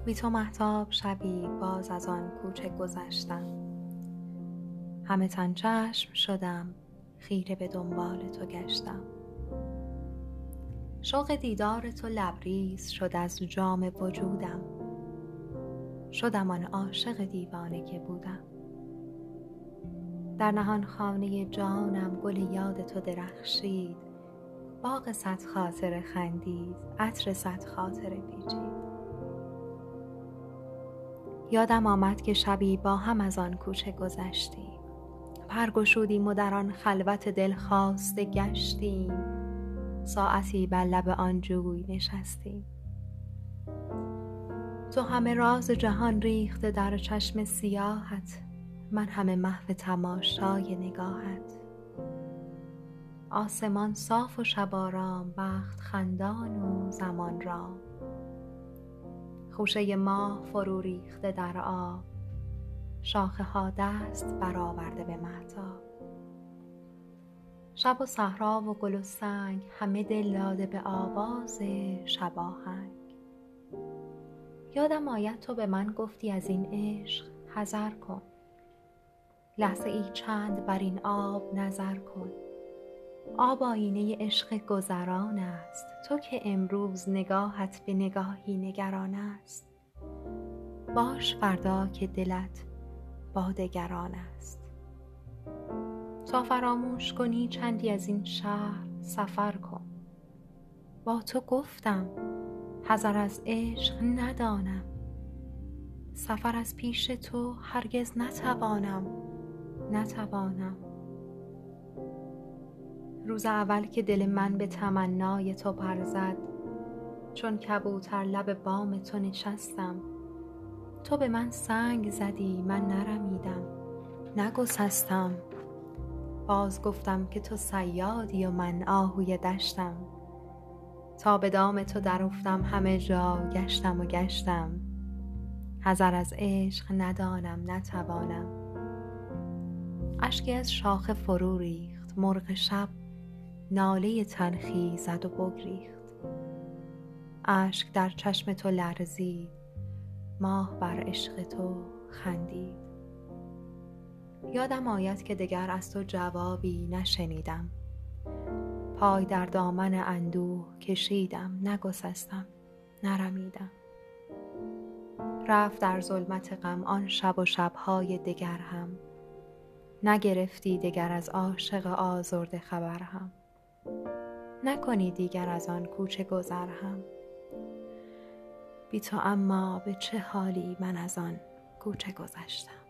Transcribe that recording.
بی تو مهتاب شبی باز از آن کوچه گذشتم. همه تن چشم شدم، خیره به دنبال تو گشتم. شوق دیدار تو لبریز شد از جام وجودم. شدم آن عاشق دیوانه که بودم. در نهان خانه جانم گل یاد تو درخشید. باغ صد خاطره خندید، عطر صد خاطره پیچید. یادم آمد که شبی با هم از آن کوچه گذشتیم. پر گشودیم و در آن خلوت دلخواسته گشتیم. ساعتی بر لب آن جوی نشستیم. تو همه راز جهان ریخته در چشم سیاهت، من همه محو تماشای نگاهت. آسمان صاف و شب آرام، بخت خندان و زمان رام. خوشه ماه فرو ریخته در آب، شاخه ها دست برآورده به مهتاب. شب و صحرا و گل و سنگ، همه دل داده به آواز شباهنگ. یادم آید تو به من گفتی از این عشق حذر کن. لحظه ای چند بر این آب نظر کن. آب آینه عشق گذران است، تو که امروز نگاهت به نگاهی نگران است. باش فردا که دلت با دگران است. تا فراموش کنی چندی از این شهر سفر کن. با تو گفتم حذر از عشق ندانم. سفر از پیش تو هرگز نتوانم. روز اول که دل من به تمنای تو پر زد، چون کبوتر لب بام تو نشستم. تو به من سنگ زدی، من نرمیدم، نگسستم. باز گفتم که تو صیادی و من آهوی دشتم. تا به دام تو در افتم همه جا گشتم و گشتم. حذر از عشق ندانم نتوانم. اشکی از شاخه فرو ریخت، مرغ شب ناله تلخی زد و بگریخت. اشک در چشم تو لرزید، ماه بر عشق تو خندید. یادم آید که دگر از تو جوابی نشنیدم. پای در دامن اندوه کشیدم، نگسستم، نرمیدم. رفت در ظلمت غم آن شب و شبهای دگر هم. نگرفتی دگر از عاشق آزرده خبر هم. نکنی دیگر از آن کوچه گذر هم. بی تو اما به چه حالی من از آن کوچه گذشتم.